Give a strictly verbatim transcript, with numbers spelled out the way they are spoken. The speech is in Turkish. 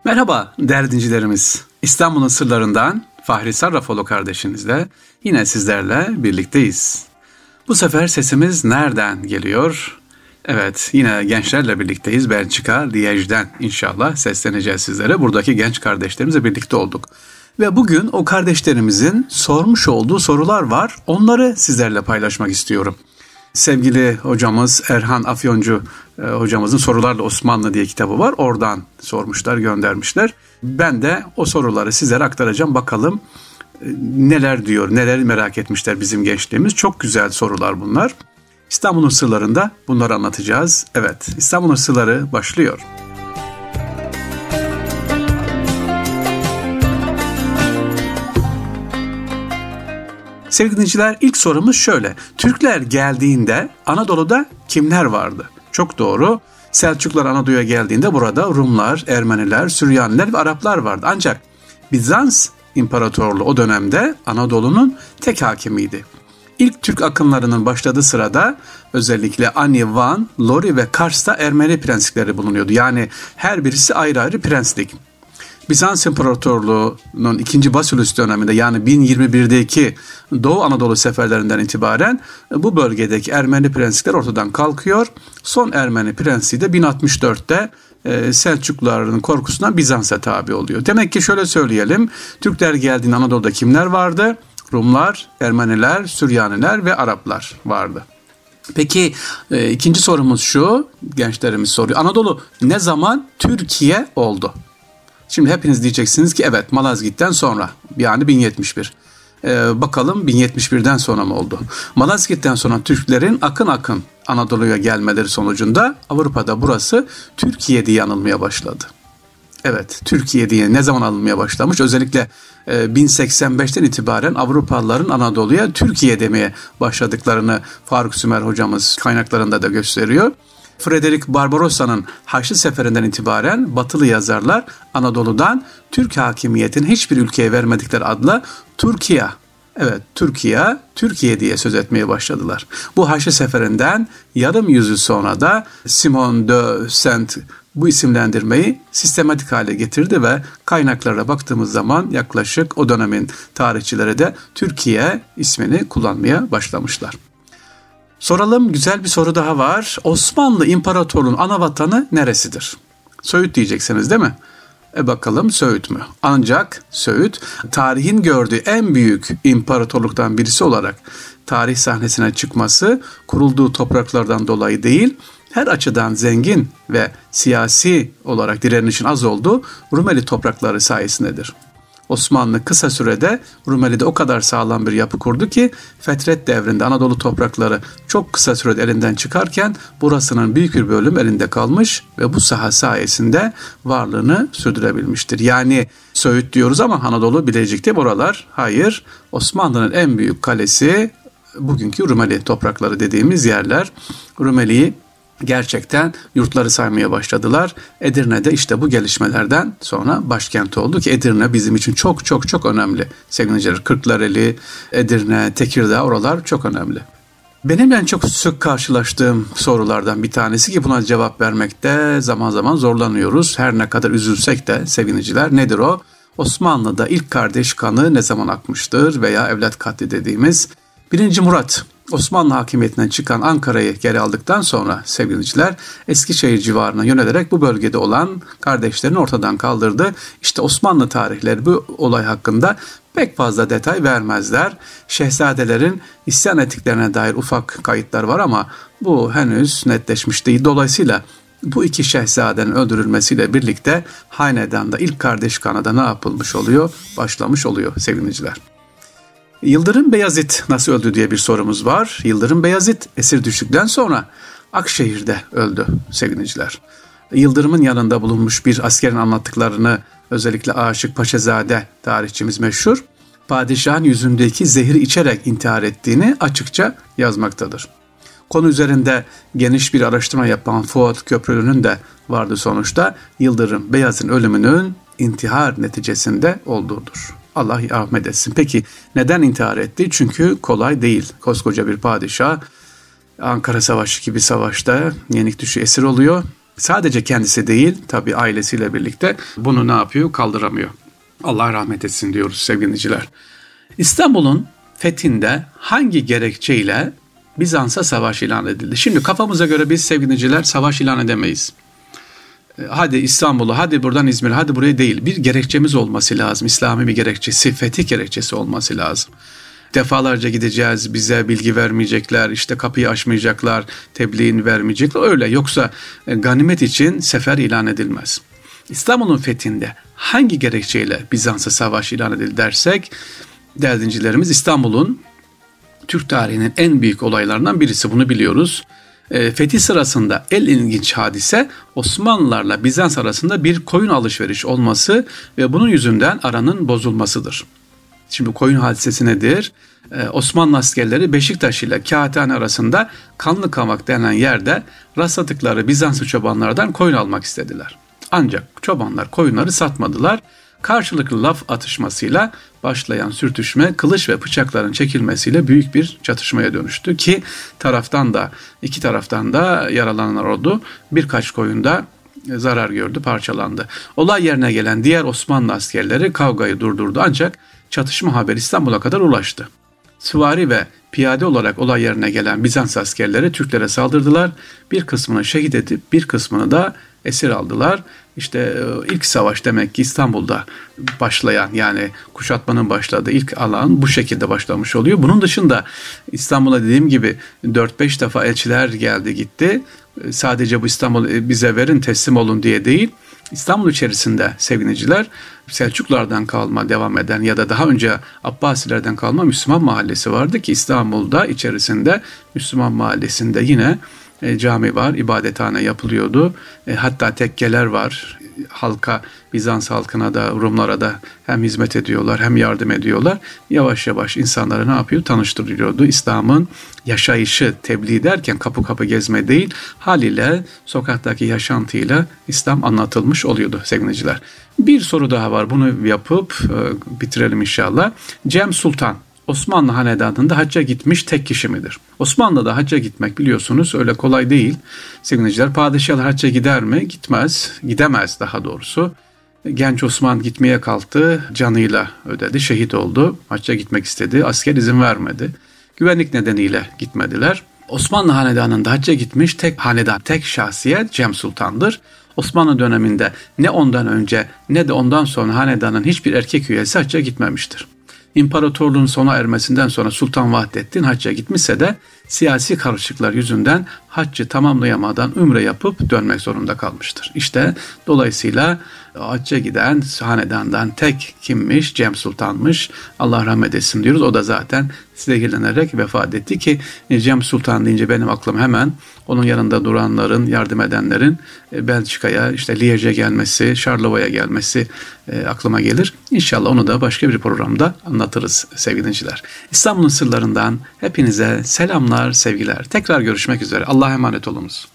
Merhaba değerli dinleyicilerimiz. İstanbul'un sırlarından Fahri Sarrafoğlu kardeşinizle yine sizlerle birlikteyiz. Bu sefer sesimiz nereden geliyor? Evet, yine gençlerle birlikteyiz. Belçika, Liège'den inşallah sesleneceğiz sizlere. Buradaki genç kardeşlerimizle birlikte olduk. Ve bugün o kardeşlerimizin sormuş olduğu sorular var. Onları sizlerle paylaşmak istiyorum. Sevgili hocamız Erhan Afyoncu e, hocamızın Sorularla Osmanlı diye kitabı var. Oradan sormuşlar, göndermişler. Ben de o soruları sizlere aktaracağım. Bakalım e, neler diyor, neler merak etmişler bizim gençliğimiz. Çok güzel sorular bunlar. İstanbul'un sırlarında bunları anlatacağız. Evet, İstanbul'un sırları başlıyor. Sevgili dinleyiciler, ilk sorumuz şöyle. Türkler geldiğinde Anadolu'da kimler vardı? Çok doğru. Selçuklular Anadolu'ya geldiğinde burada Rumlar, Ermeniler, Süryaniler ve Araplar vardı. Ancak Bizans İmparatorluğu o dönemde Anadolu'nun tek hakimiydi. İlk Türk akınlarının başladığı sırada özellikle Ani, Van, Lori ve Kars'ta Ermeni prenslikleri bulunuyordu. Yani her birisi ayrı ayrı prenslik. Bizans İmparatorluğu'nun ikinci Basilus döneminde yani bin yirmi birdeki Doğu Anadolu seferlerinden itibaren bu bölgedeki Ermeni prenslikler ortadan kalkıyor. Son Ermeni prensliği de bin altmış dörtte Selçukluların korkusundan Bizans'a tabi oluyor. Demek ki şöyle söyleyelim, Türkler geldiğinde Anadolu'da kimler vardı? Rumlar, Ermeniler, Süryaniler ve Araplar vardı. Peki e, ikinci sorumuz şu, gençlerimiz soruyor. Anadolu ne zaman Türkiye oldu? Şimdi hepiniz diyeceksiniz ki evet, Malazgirt'ten sonra, yani bin yetmiş bir. Ee, bakalım bin yetmiş birden sonra mı oldu? Malazgirt'ten sonra Türklerin akın akın Anadolu'ya gelmeleri sonucunda Avrupa'da burası Türkiye diye anılmaya başladı. Evet, Türkiye diye ne zaman anılmaya başlamış? Özellikle e, bin seksen beşten itibaren Avrupalıların Anadolu'ya Türkiye demeye başladıklarını Faruk Sümer hocamız kaynaklarında da gösteriyor. Frederick Barbarossa'nın Haçlı Seferinden itibaren Batılı yazarlar Anadolu'dan Türk hakimiyetini hiçbir ülkeye vermedikleri adla Türkiye, evet Türkiye, Türkiye diye söz etmeye başladılar. Bu Haçlı Seferinden yarım yüzyıl sonra da Simon de Saint bu isimlendirmeyi sistematik hale getirdi ve kaynaklara baktığımız zaman yaklaşık o dönemin tarihçileri de Türkiye ismini kullanmaya başlamışlar. Soralım, güzel bir soru daha var. Osmanlı İmparatorluğu'nun ana vatanı neresidir? Söğüt diyeceksiniz değil mi? E bakalım Söğüt mü? Ancak Söğüt tarihin gördüğü en büyük imparatorluktan birisi olarak tarih sahnesine çıkması kurulduğu topraklardan dolayı değil, her açıdan zengin ve siyasi olarak direnişin az olduğu Rumeli toprakları sayesindedir. Osmanlı kısa sürede Rumeli'de o kadar sağlam bir yapı kurdu ki Fetret devrinde Anadolu toprakları çok kısa sürede elinden çıkarken burasının büyük bir bölüm elinde kalmış ve bu saha sayesinde varlığını sürdürebilmiştir. Yani Söğüt diyoruz ama Anadolu Bilecik'te buralar. Hayır, Osmanlı'nın en büyük kalesi bugünkü Rumeli toprakları dediğimiz yerler. Rumeli'yi gerçekten yurtları saymaya başladılar. Edirne'de işte bu gelişmelerden sonra başkent oldu ki Edirne bizim için çok çok çok önemli. Sevgili Kırklareli, Edirne, Tekirdağ oralar çok önemli. Benim en çok sık karşılaştığım sorulardan bir tanesi ki buna cevap vermekte zaman zaman zorlanıyoruz. Her ne kadar üzülsek de sevgiliciler, nedir o? Osmanlı'da ilk kardeş kanı ne zaman akmıştır veya evlat katli dediğimiz birinci Murat Osmanlı hakimiyetinden çıkan Ankara'yı geri aldıktan sonra sevgiliciler Eskişehir civarına yönelerek bu bölgede olan kardeşlerini ortadan kaldırdı. İşte Osmanlı tarihleri bu olay hakkında pek fazla detay vermezler. Şehzadelerin isyan ettiklerine dair ufak kayıtlar var ama bu henüz netleşmiş değil. Dolayısıyla bu iki şehzadenin öldürülmesiyle birlikte hanedanda ilk kardeş kanı da ne yapılmış oluyor? Başlamış oluyor sevgiliciler. Yıldırım Beyazıt nasıl öldü diye bir sorumuz var. Yıldırım Beyazıt esir düştükten sonra Akşehir'de öldü sevgiliciler. Yıldırım'ın yanında bulunmuş bir askerin anlattıklarını özellikle Aşık Paşazade tarihçimiz meşhur, padişahın yüzündeki zehri içerek intihar ettiğini açıkça yazmaktadır. Konu üzerinde geniş bir araştırma yapan Fuat Köprülü'nün de vardı sonuçta Yıldırım Beyazıt'ın ölümünün intihar neticesinde olduğudur. Allah rahmet etsin. Peki neden intihar etti? Çünkü kolay değil. Koskoca bir padişah Ankara Savaşı gibi savaşta yenik düşü esir oluyor Sadece kendisi değil, tabii ailesiyle birlikte bunu ne yapıyor? Kaldıramıyor. Allah rahmet etsin diyoruz sevgili dinleyiciler. İstanbul'un fethinde hangi gerekçeyle Bizans'a savaş ilan edildi? Şimdi kafamıza göre biz sevgili dinleyiciler savaş ilan edemeyiz. Hadi İstanbul'u, hadi buradan İzmir'e, hadi buraya değil. Bir gerekçemiz olması lazım. İslami bir gerekçesi, fetih gerekçesi olması lazım. Defalarca gideceğiz, bize bilgi vermeyecekler, işte kapıyı açmayacaklar, tebliğini vermeyecekler. Öyle, yoksa ganimet için sefer ilan edilmez. İstanbul'un fethinde hangi gerekçeyle Bizans'a savaş ilan edildi dersek, değerli dinleyicilerimiz, İstanbul'un Türk tarihinin en büyük olaylarından birisi, bunu biliyoruz. E, fetih sırasında en ilginç hadise Osmanlılarla Bizans arasında bir koyun alışveriş olması ve bunun yüzünden aranın bozulmasıdır. Şimdi koyun hadisesi nedir? Ee, Osmanlı askerleri Beşiktaş ile Kağıthane arasında Kanlıkavak denen yerde rastladıkları Bizanslı çobanlardan koyun almak istediler. Ancak çobanlar koyunları satmadılar. Karşılıklı laf atışmasıyla başlayan sürtüşme kılıç ve bıçakların çekilmesiyle büyük bir çatışmaya dönüştü ki taraftan da iki taraftan da yaralananlar oldu. Birkaç koyun da zarar gördü, parçalandı. Olay yerine gelen diğer Osmanlı askerleri kavgayı durdurdu ancak çatışma haberi İstanbul'a kadar ulaştı. Süvari ve piyade olarak olay yerine gelen Bizans askerleri Türklere saldırdılar. Bir kısmını şehit edip bir kısmını da esir aldılar. İşte ilk savaş demek ki İstanbul'da başlayan, yani kuşatmanın başladığı ilk alan bu şekilde başlamış oluyor. Bunun dışında İstanbul'a dediğim gibi dört beş defa elçiler geldi gitti. Sadece bu İstanbul'u bize verin, teslim olun diye değil. İstanbul içerisinde sevgiliciler Selçuklardan kalma devam eden ya da daha önce Abbasilerden kalma Müslüman mahallesi vardı ki İstanbul'da içerisinde Müslüman mahallesinde yine e, cami var, ibadethane yapılıyordu. E, hatta tekkeler var. Halka, Bizans halkına da Rumlara da hem hizmet ediyorlar hem yardım ediyorlar. Yavaş yavaş insanlara ne yapıyor? Tanıştırıyordu. İslam'ın yaşayışı, tebliğ derken kapı kapı gezme değil, haliyle sokaktaki yaşantıyla İslam anlatılmış oluyordu sevgiliciler. Bir soru daha var, bunu yapıp e, bitirelim inşallah. Cem Sultan Osmanlı hanedanında hacca gitmiş tek kişi midir? Osmanlı'da hacca gitmek biliyorsunuz öyle kolay değil. Sevgiliciler, padişahlar hacca gider mi? Gitmez. Gidemez daha doğrusu. Genç Osman gitmeye kalktı. Canıyla ödedi. Şehit oldu. Hacca gitmek istedi. Asker izin vermedi. Güvenlik nedeniyle gitmediler. Osmanlı hanedanında hacca gitmiş tek hanedan, tek şahsiyet Cem Sultan'dır. Osmanlı döneminde ne ondan önce ne de ondan sonra hanedanın hiçbir erkek üyesi hacca gitmemiştir. İmparatorluğun sona ermesinden sonra Sultan Vahdettin hacca gitmişse de siyasi karışıklıklar yüzünden haccı tamamlayamadan ümre yapıp dönmek zorunda kalmıştır. İşte dolayısıyla hacca giden hanedandan tek kimmiş? Cem Sultan'mış. Allah rahmet etsin diyoruz. O da zaten zehirlenerek vefat etti ki Cem Sultan deyince benim aklım hemen onun yanında duranların, yardım edenlerin Belçika'ya, işte Liège'e gelmesi, Charleroi gelmesi e, aklıma gelir. İnşallah onu da başka bir programda anlatırız sevgili dinleyiciler. İstanbul'un sırlarından hepinize selamlar, sevgiler. Tekrar görüşmek üzere. Allah'a emanet olunuz.